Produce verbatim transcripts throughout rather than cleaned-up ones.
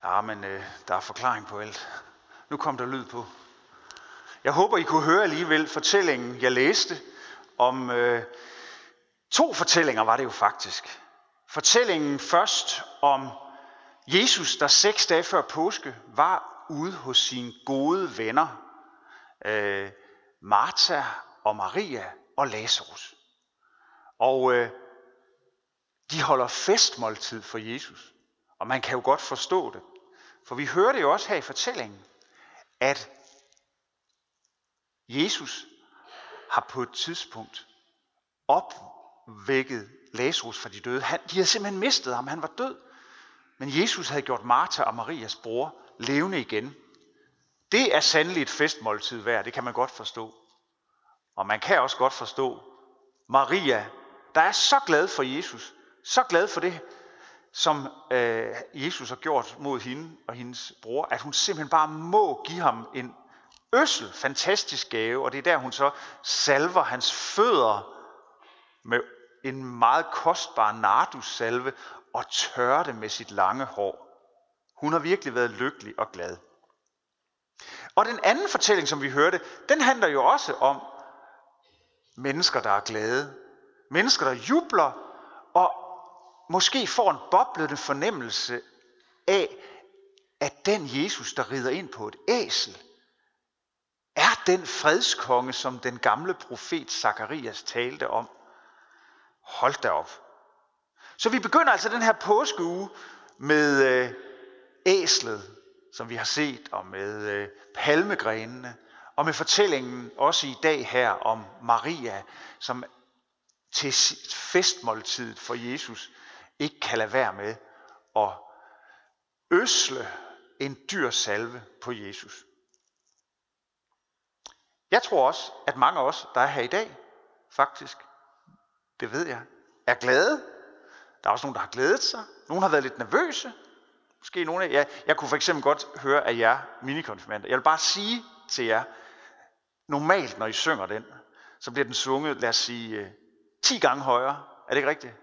Ja, men øh, der er forklaring på alt. Nu kom der lyd på. Jeg håber, I kunne høre alligevel fortællingen, jeg læste om øh, to fortællinger var det jo faktisk. Fortællingen først om Jesus, der seks dage før påske var ude hos sine gode venner, øh, Martha og Maria og Lazarus. Og øh, de holder festmåltid for Jesus. Og man kan jo godt forstå det. For vi hører det jo også her i fortællingen, at Jesus har på et tidspunkt opvækket Lazarus fra de døde. Han, de havde simpelthen mistet ham, han var død. Men Jesus havde gjort Martha og Marias bror levende igen. Det er sandelig et festmåltid værd, det kan man godt forstå. Og man kan også godt forstå Maria, der er så glad for Jesus, så glad for det, som øh, Jesus har gjort mod hende og hendes bror, at hun simpelthen bare må give ham en øssel, fantastisk gave, og det er der, hun så salver hans fødder med en meget kostbar nardussalve og tørrer det med sit lange hår. Hun har virkelig været lykkelig og glad. Og den anden fortælling, som vi hørte, den handler jo også om mennesker, der er glade. Mennesker, der jubler og måske får en boblende fornemmelse af, at den Jesus, der rider ind på et æsel, er den fredskonge, som den gamle profet Zakarias talte om. Hold da op. Så vi begynder altså den her påskeuge med øh, æslet, som vi har set, og med øh, palmegrenene, og med fortællingen også i dag her om Maria, som til festmåltidet for Jesus ikke kan lade være med at øsle en dyr salve på Jesus. Jeg tror også, at mange af os, der er her i dag, faktisk, det ved jeg, er glade. Der er også nogen, der har glædet sig. Nogle har været lidt nervøse. Måske nogle af jer. Jeg kunne for eksempel godt høre af jer minikonfirmander. Jeg vil bare sige til jer, normalt når I synger den, så bliver den sunget, lad os sige, ti gange højere. Er det ikke rigtigt?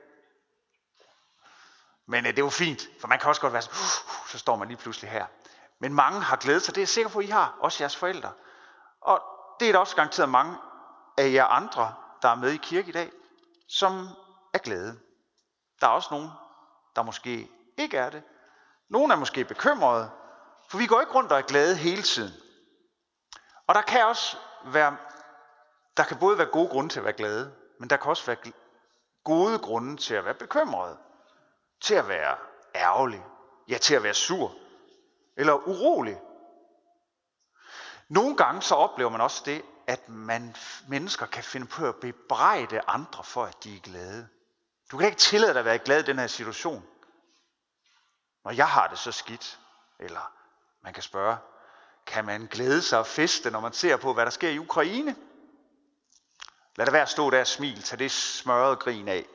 Men det er jo fint, for man kan også godt være sådan, uh, uh, så står man lige pludselig her. Men mange har glædet sig, det er jeg sikker på, I har, også jeres forældre. Og det er da også garanteret mange af jer andre, der er med i kirke i dag, som er glade. Der er også nogen, der måske ikke er det. Nogle er måske bekymrede, for vi går ikke rundt og er glade hele tiden. Og der kan også være, der kan både være gode grunde til at være glade, men der kan også være gode grunde til at være bekymrede. Til at være ærgerlig, ja til at være sur, eller urolig. Nogle gange så oplever man også det, at man, mennesker kan finde på at bebrejde andre for, at de er glade. Du kan ikke tillade dig at være glad i den her situation. Når jeg har det så skidt, eller man kan spørge, kan man glæde sig og feste, når man ser på, hvad der sker i Ukraine? Lad det være at stå der og smile, tag det smørrede grin af.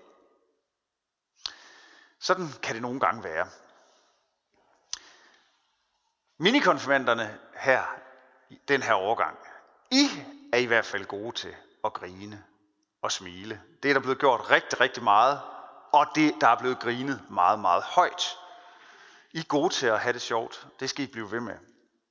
Sådan kan det nogle gange være. Minikonfirmanderne her, den her årgang, I er i hvert fald gode til at grine og smile. Det er der blevet gjort rigtig, rigtig meget, og det, der er blevet grinet meget, meget højt. I er gode til at have det sjovt. Det skal I blive ved med.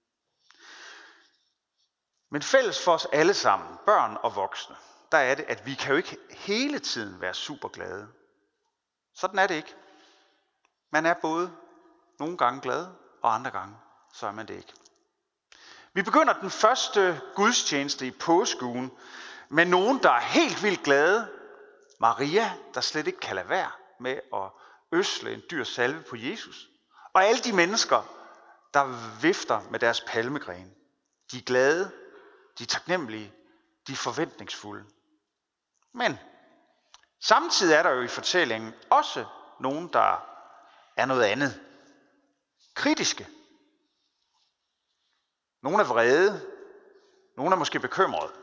Men fælles for os alle sammen, børn og voksne, der er det, at vi kan jo ikke hele tiden være super glade. Sådan er det ikke. Man er både nogle gange glad, og andre gange, så er man det ikke. Vi begynder den første gudstjeneste i påskeugen med nogen, der er helt vildt glade. Maria, der slet ikke kan lade være med at øsle en dyr salve på Jesus. Og alle de mennesker, der vifter med deres palmegren. De er glade, de er taknemmelige, de er forventningsfulde. Men samtidig er der jo i fortællingen også nogen, der er noget andet. Kritiske. Nogle er vrede. Nogle er måske bekymrede.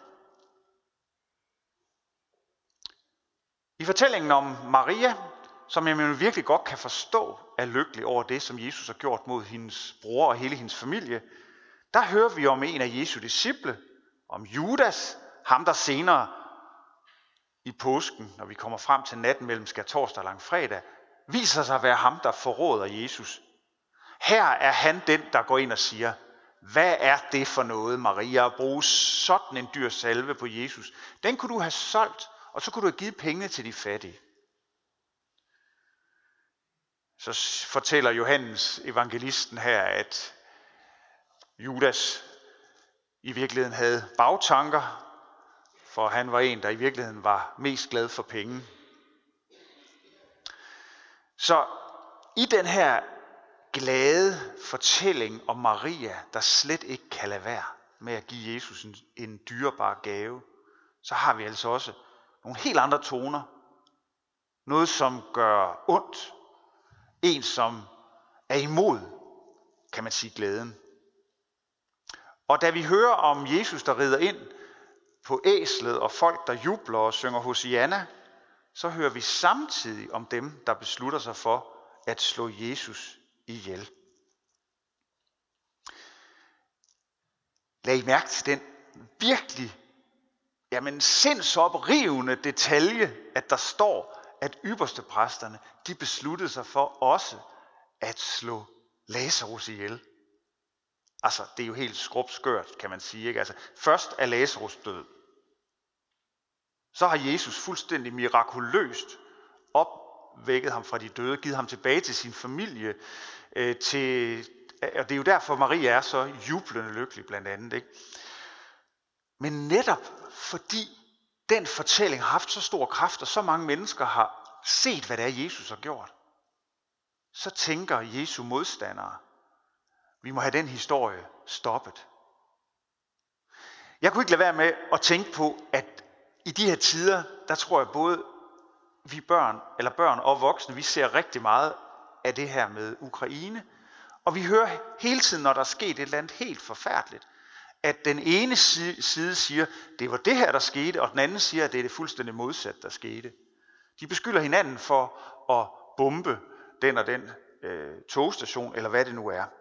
I fortællingen om Maria, som jeg virkelig godt kan forstå, er lykkelig over det, som Jesus har gjort mod hendes bror og hele hendes familie, der hører vi om en af Jesu disciple, om Judas, ham der senere i påsken, når vi kommer frem til natten mellem skærtorsdag og langfredag, viser sig at være ham, der forråder Jesus. Her er han den, der går ind og siger, hvad er det for noget, Maria, at bruge sådan en dyr salve på Jesus? Den kunne du have solgt, og så kunne du have givet pengene til de fattige. Så fortæller Johannes evangelisten her, at Judas i virkeligheden havde bagtanker, for han var en, der i virkeligheden var mest glad for penge. Så i den her glade fortælling om Maria, der slet ikke kan lade være med at give Jesus en, en dyrebar gave, så har vi altså også nogle helt andre toner. Noget, som gør ondt. En, som er imod, kan man sige, glæden. Og da vi hører om Jesus, der rider ind på æslet, og folk, der jubler og synger Hosianna, så hører vi samtidig om dem, der beslutter sig for at slå Jesus ihjel. Lad I mærke til den virkelig, jamen sindsoprivende detalje, at der står, at ypperstepræsterne, de besluttede sig for også at slå Lazarus ihjel. Altså, det er jo helt skrubskørt, kan man sige. Ikke? Altså, først er Lazarus død. Så har Jesus fuldstændig mirakuløst opvækket ham fra de døde, givet ham tilbage til sin familie. Øh, til, og det er jo derfor, Maria er så jublende lykkelig blandt andet. Ikke? Men netop fordi den fortælling har haft så stor kraft, og så mange mennesker har set, hvad det er, Jesus har gjort, så tænker Jesu modstandere, vi må have den historie stoppet. Jeg kunne ikke lade være med at tænke på, at i de her tider, der tror jeg både vi børn, eller børn og voksne, vi ser rigtig meget af det her med Ukraine. Og vi hører hele tiden, når der er sket et eller andet helt forfærdeligt, at den ene side siger, det var det her, der skete, og den anden siger, at det er det fuldstændig modsat, der skete. De beskylder hinanden for at bombe den og den øh, togstation, eller hvad det nu er.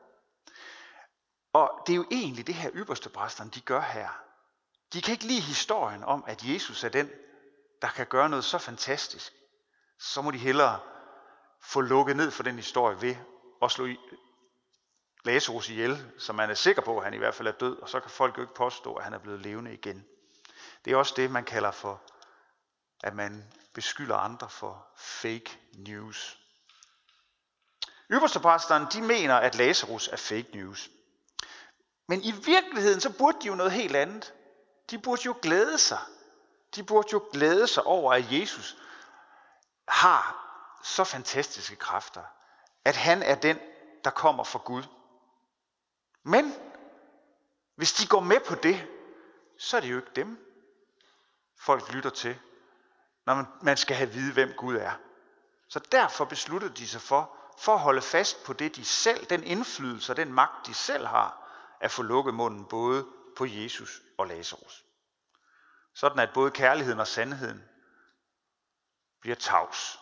Og det er jo egentlig det her ypperstepræsterne, de gør her. De kan ikke lide historien om, at Jesus er den, der kan gøre noget så fantastisk. Så må de hellere få lukket ned for den historie ved at slå Lazarus ihjel, så man er sikker på, at han i hvert fald er død, og så kan folk jo ikke påstå, at han er blevet levende igen. Det er også det, man kalder for, at man beskylder andre for fake news. Ypperstepræsterne, de mener, at Lazarus er fake news. Men i virkeligheden, så burde de jo noget helt andet. De burde jo glæde sig. De burde jo glæde sig over, at Jesus har så fantastiske kræfter. At han er den, der kommer fra Gud. Men hvis de går med på det, så er det jo ikke dem, folk lytter til, når man skal have at vide, hvem Gud er. Så derfor besluttede de sig for, for at holde fast på det, de selv, den indflydelse og den magt, de selv har, at få lukket munden både på Jesus og Lazarus. Sådan at både kærligheden og sandheden bliver tavs.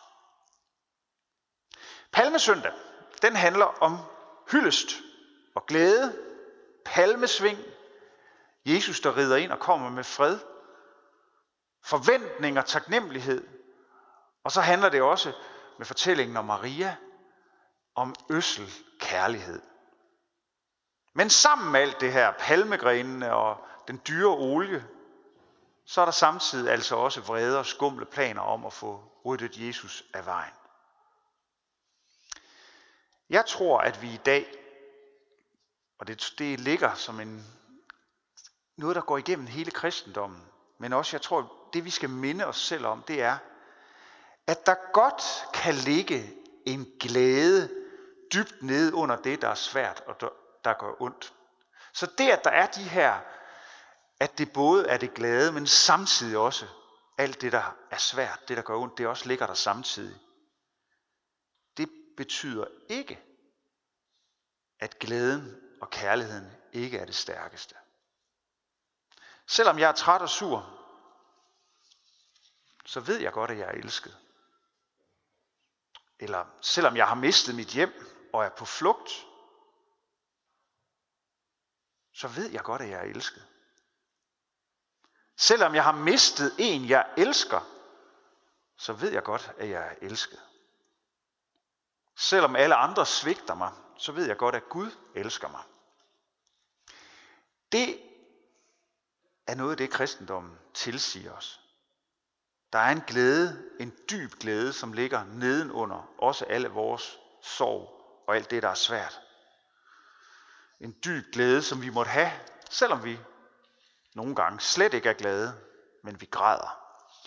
Palmesøndag, den handler om hyldest og glæde, palmesving, Jesus der rider ind og kommer med fred, forventning og taknemmelighed. Og så handler det også med fortællingen om Maria, om ødsel kærlighed. Men sammen med alt det her, palmegrenene og den dyre olie, så er der samtidig altså også vrede og skumle planer om at få ryddet Jesus af vejen. Jeg tror, at vi i dag, og det, det ligger som en, noget, der går igennem hele kristendommen, men også, jeg tror, det vi skal minde os selv om, det er, at der godt kan ligge en glæde dybt nede under det, der er svært og der, der gør ondt. Så det, at der er de her, at det både er det glade, men samtidig også alt det, der er svært, det der gør ondt, det også ligger der samtidig. Det betyder ikke, at glæden og kærligheden ikke er det stærkeste. Selvom jeg er træt og sur, så ved jeg godt, at jeg er elsket. Eller selvom jeg har mistet mit hjem og er på flugt, så ved jeg godt, at jeg er elsket. Selvom jeg har mistet en, jeg elsker, så ved jeg godt, at jeg er elsket. Selvom alle andre svigter mig, så ved jeg godt, at Gud elsker mig. Det er noget af det, kristendommen tilsiger os. Der er en glæde, en dyb glæde, som ligger nedenunder også alle vores sorg og alt det, der er svært. En dyb glæde, som vi måtte have, selvom vi nogle gange slet ikke er glade, men vi græder.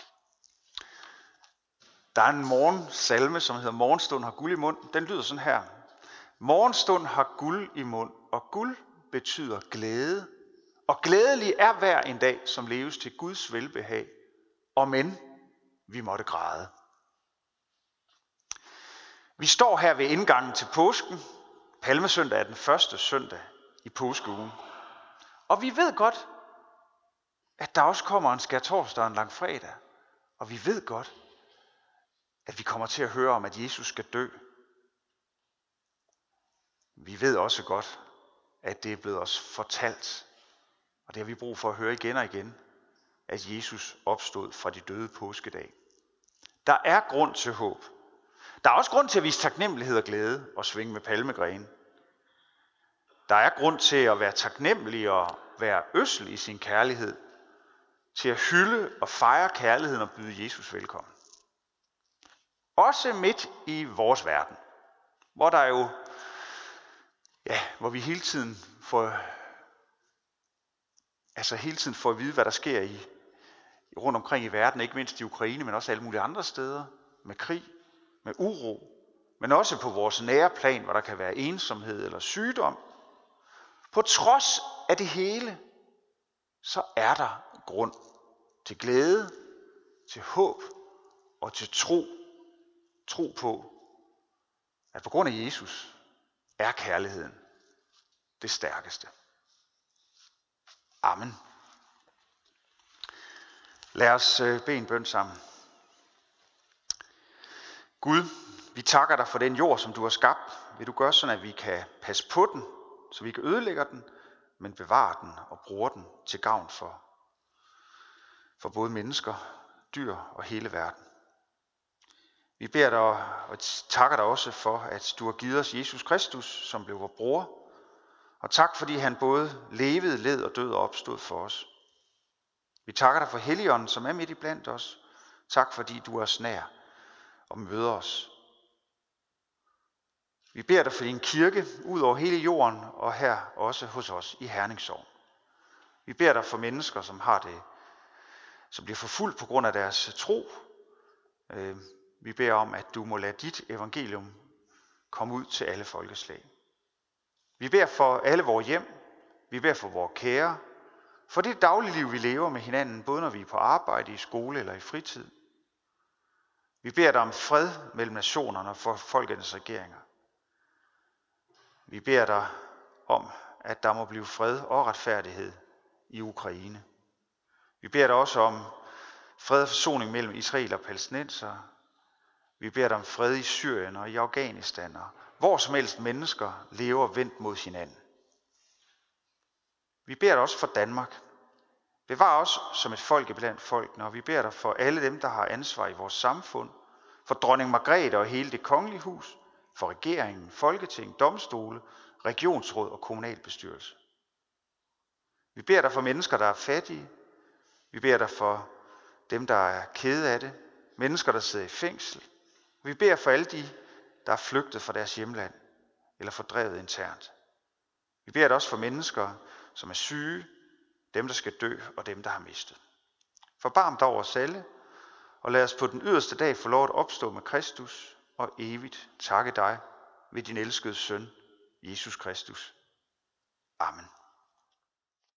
Der er en morgensalme, som hedder Morgenstund har guld i mund. Den lyder sådan her. Morgenstund har guld i mund, og guld betyder glæde. Og glædelig er hver en dag, som leves til Guds velbehag. Og men vi måtte græde. Vi står her ved indgangen til påsken. Palmesøndag er den første søndag i påskeugen. Og vi ved godt, at der også kommer en skærtorsdag og en langfredag. Og vi ved godt, at vi kommer til at høre om, at Jesus skal dø. Vi ved også godt, at det er blevet os fortalt, og det har vi brug for at høre igen og igen, at Jesus opstod fra de døde påskedag. Der er grund til håb. Der er også grund til at vise taknemmelighed og glæde og svinge med palmegrene. Der er grund til at være taknemmelig og være ødsel i sin kærlighed, til at hylde og fejre kærligheden og byde Jesus velkommen. Også midt i vores verden, hvor der jo, ja, hvor vi hele tiden får, altså hele tiden får at vide, hvad der sker i, rundt omkring i verden, ikke mindst i Ukraine, men også alle mulige andre steder, med krig, med uro, men også på vores nære plan, hvor der kan være ensomhed eller sygdom. På trods af det hele, så er der grund til glæde, til håb og til tro. Tro på, at på grund af Jesus er kærligheden det stærkeste. Amen. Lad os bede en bøn sammen. Gud, vi takker dig for den jord, som du har skabt. Vil du gøre sådan, at vi kan passe på den, så vi kan ødelægge den, men bevare den og bruge den til gavn for, for både mennesker, dyr og hele verden. Vi beder dig og takker dig også for, at du har givet os Jesus Kristus, som blev vor bror. Og tak, fordi han både levede, led og død og opstod for os. Vi takker dig for Helligånden, som er midt i blandt os. Tak, fordi du er os nær og møder os. Vi beder dig for din kirke ud over hele jorden og her også hos os i Herning Sogn. Vi beder dig for mennesker, som har det, som bliver forfulgt på grund af deres tro. Vi beder om, at du må lade dit evangelium komme ud til alle folkeslag. Vi beder for alle vores hjem. Vi beder for vores kære. For det dagligliv, vi lever med hinanden, både når vi er på arbejde, i skole eller i fritid. Vi beder dig om fred mellem nationerne og for folkenes regeringer. Vi beder dig om, at der må blive fred og retfærdighed i Ukraine. Vi beder dig også om fred og forsoning mellem Israel og palæstinensere. Vi beder dig om fred i Syrien og i Afghanistan, og hvor som helst mennesker lever vendt mod hinanden. Vi beder dig også for Danmark. Bevar os som et folk blandt folkene, og vi beder dig for alle dem, der har ansvar i vores samfund, for dronning Margrethe og hele det kongelige hus, for regeringen, Folketing, domstole, regionsråd og kommunalbestyrelse. Vi beder dig for mennesker, der er fattige. Vi beder dig for dem, der er kede af det, mennesker, der sidder i fængsel. Vi beder for alle de, der er flygtet fra deres hjemland eller fordrevet internt. Vi beder dig også for mennesker, som er syge, dem, der skal dø og dem, der har mistet. Forbarm dig over os alle, og lad os på den yderste dag få lov at opstå med Kristus og evigt takke dig ved din elskede søn, Jesus Kristus. Amen.